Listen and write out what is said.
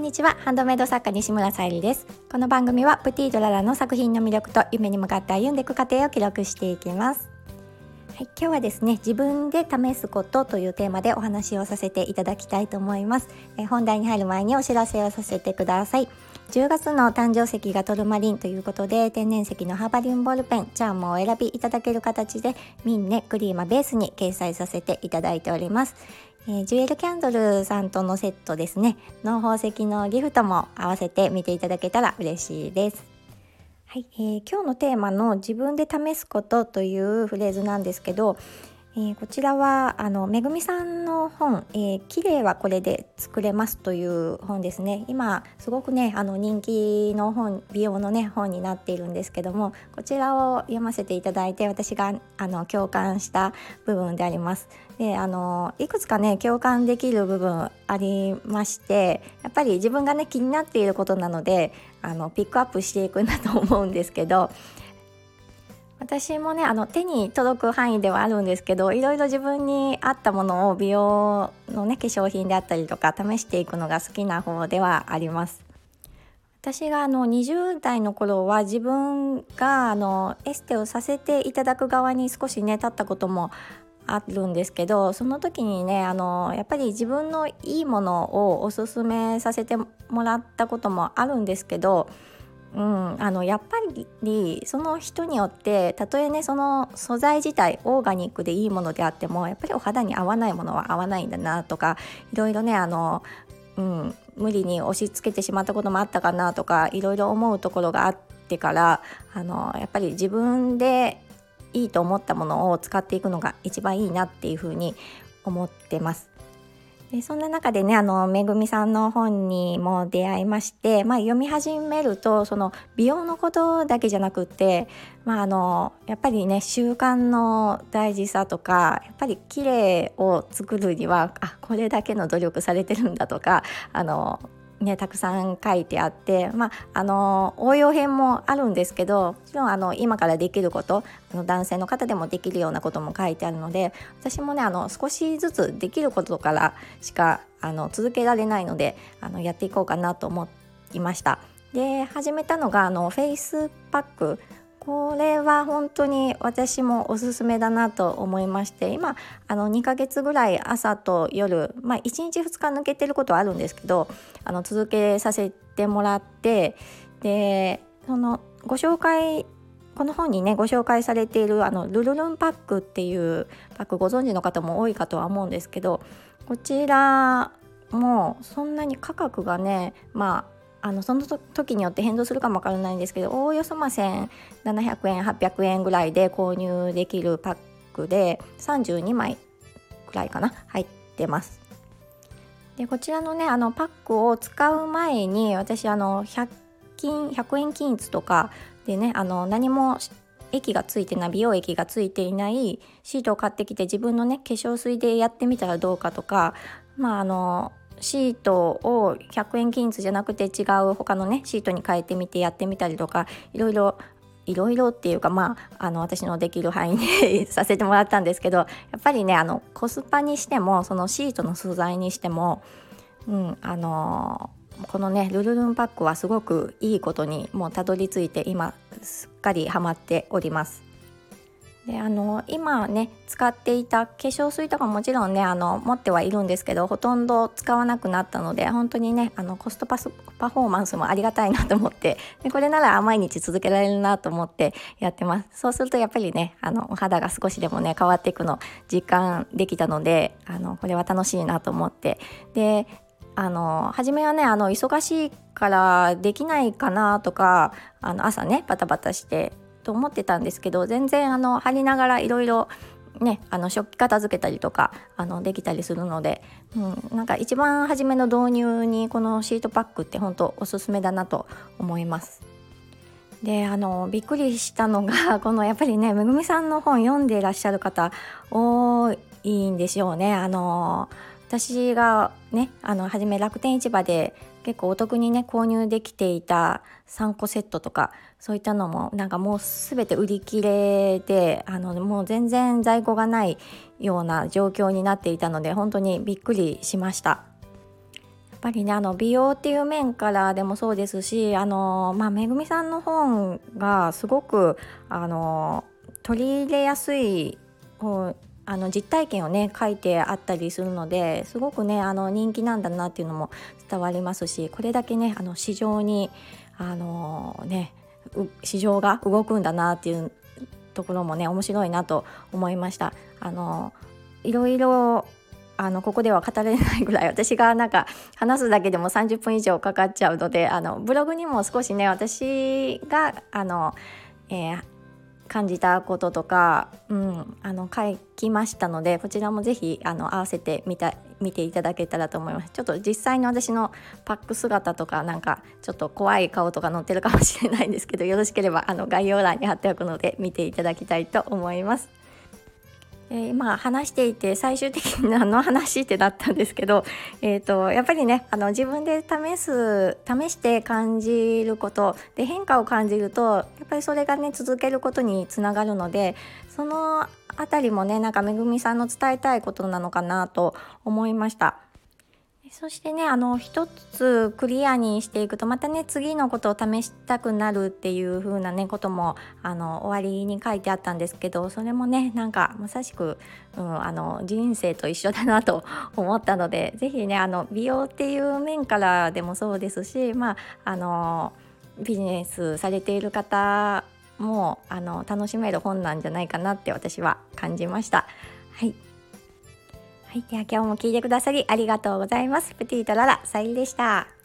にちは。ハンドメイド作家西村さゆりです。この番組はプティドララの作品の魅力と夢に向かって歩んでいく過程を記録していきます。今日はですね、自分で試すことというテーマでお話をさせていただきたいと思います。本題に入る前にお知らせをさせてください。10月の誕生石がトルマリンということで、天然石のハーバリンボールペンチャームをお選びいただける形でミンネクリーマベースに掲載させていただいております。ジュエルキャンドルさんとのセットですねの宝石のギフトも合わせて見ていただけたら嬉しいです。今日のテーマの自分で試すことというフレーズなんですけど、こちらはめぐみさんの本、綺麗はこれで作れますという本ですね。今すごくね人気の本、美容のね本になっているんですけども、こちらを読ませていただいて私が共感した部分であります。でいくつかね共感できる部分ありまして、やっぱり自分がね気になっていることなのでピックアップしていくんだと思うんですけど、私もね手に届く範囲ではあるんですけど、いろいろ自分に合ったものを美容のね化粧品であったりとか試していくのが好きな方ではあります。私が20代の頃は自分がエステをさせていただく側に少しね立ったこともあるんですけど、その時にねやっぱり自分のいいものをおすすめさせてもらったこともあるんですけど、やっぱりその人によってたとえねその素材自体オーガニックでいいものであっても、やっぱりお肌に合わないものは合わないんだなとか、いろいろね無理に押し付けてしまったこともあったかなとか、いろいろ思うところがあってからやっぱり自分でいいと思ったものを使っていくのが一番いいなっていうふうに思ってます。でそんな中でねめぐみさんの本にも出会いまして、読み始めるとその美容のことだけじゃなくって、やっぱりね習慣の大事さとか、やっぱり綺麗を作るにはこれだけの努力されてるんだとかたくさん書いてあって、応用編もあるんですけど、もちろん今からできること、男性の方でもできるようなことも書いてあるので、私もね少しずつできることからしか続けられないのでやっていこうかなと思いました。で始めたのがフェイスパック、これは本当に私もおすすめだなと思いまして、今2ヶ月ぐらい朝と夜、1日2日抜けてることはあるんですけど続けさせてもらって、でこの本にねご紹介されているルルルンパックっていうパック、ご存知の方も多いかとは思うんですけど、こちらもそんなに価格がねその時によって変動するかもわからないんですけど、おおよそ1700円800円ぐらいで購入できるパックで32枚くらいかな入ってます。でこちらのねパックを使う前に私100円均一とかでね何も液がついてない、美容液がついていないシートを買ってきて、自分のね化粧水でやってみたらどうかとか、シートを100円均一じゃなくて違う他のねシートに変えてみてやってみたりとか、いろいろっていうか私のできる範囲でさせてもらったんですけど、やっぱりねコスパにしてもそのシートの素材にしても、このねルルルンパックはすごくいいことにもうたどり着いて、今すっかりハマっております。で今ね使っていた化粧水とかもちろんね持ってはいるんですけど、ほとんど使わなくなったので、本当にねコストパフォーマンスもありがたいなと思って、でこれなら毎日続けられるなと思ってやってます。そうするとやっぱりねお肌が少しでもね変わっていくの実感できたので、これは楽しいなと思って、で初めはね忙しいからできないかなとか朝ねバタバタしてと思ってたんですけど、全然貼りながらいろいろね食器片付けたりとかできたりするので、なんか一番初めの導入にこのシートパックって本当おすすめだなと思います。でびっくりしたのがこのやっぱりねめぐみさんの本読んでいらっしゃる方多いんでしょうね。私がね初め楽天市場で結構お得にね購入できていた3個セットとか、そういったのもなんかもうすべて売り切れでもう全然在庫がないような状況になっていたので、本当にびっくりしました。 ぱりね美容っていう面からでもそうですしめぐみさんの本がすごく取り入れやすい本実体験をね書いてあったりするのですごくね人気なんだなっていうのも伝わりますし、これだけね市場に市場が動くんだなっていうところもね面白いなと思いました。いろいろここでは語れないぐらい私が話すだけでも30分以上かかっちゃうので、ブログにも少しね私が感じたこととか、書きましたので、こちらもぜひ合わせて見ていただけたらと思います。ちょっと実際の私のパック姿とかちょっと怖い顔とか載ってるかもしれないんですけど、よろしければ概要欄に貼っておくので見ていただきたいと思います。今話していて最終的に何の話ってなったんですけど、やっぱりね自分で試して感じることで変化を感じるとやっぱりそれがね続けることにつながるので、そのあたりもねめぐみさんの伝えたいことなのかなと思いました。そしてね一つクリアにしていくとまたね次のことを試したくなるっていう風なねことも終わりに書いてあったんですけど、それもねまさしく、人生と一緒だなと思ったので、ぜひね美容っていう面からでもそうですし、ビジネスされている方も楽しめる本なんじゃないかなって私は感じました。はい、では今日も聞いてくださりありがとうございます。プティとララ、さゆりでした。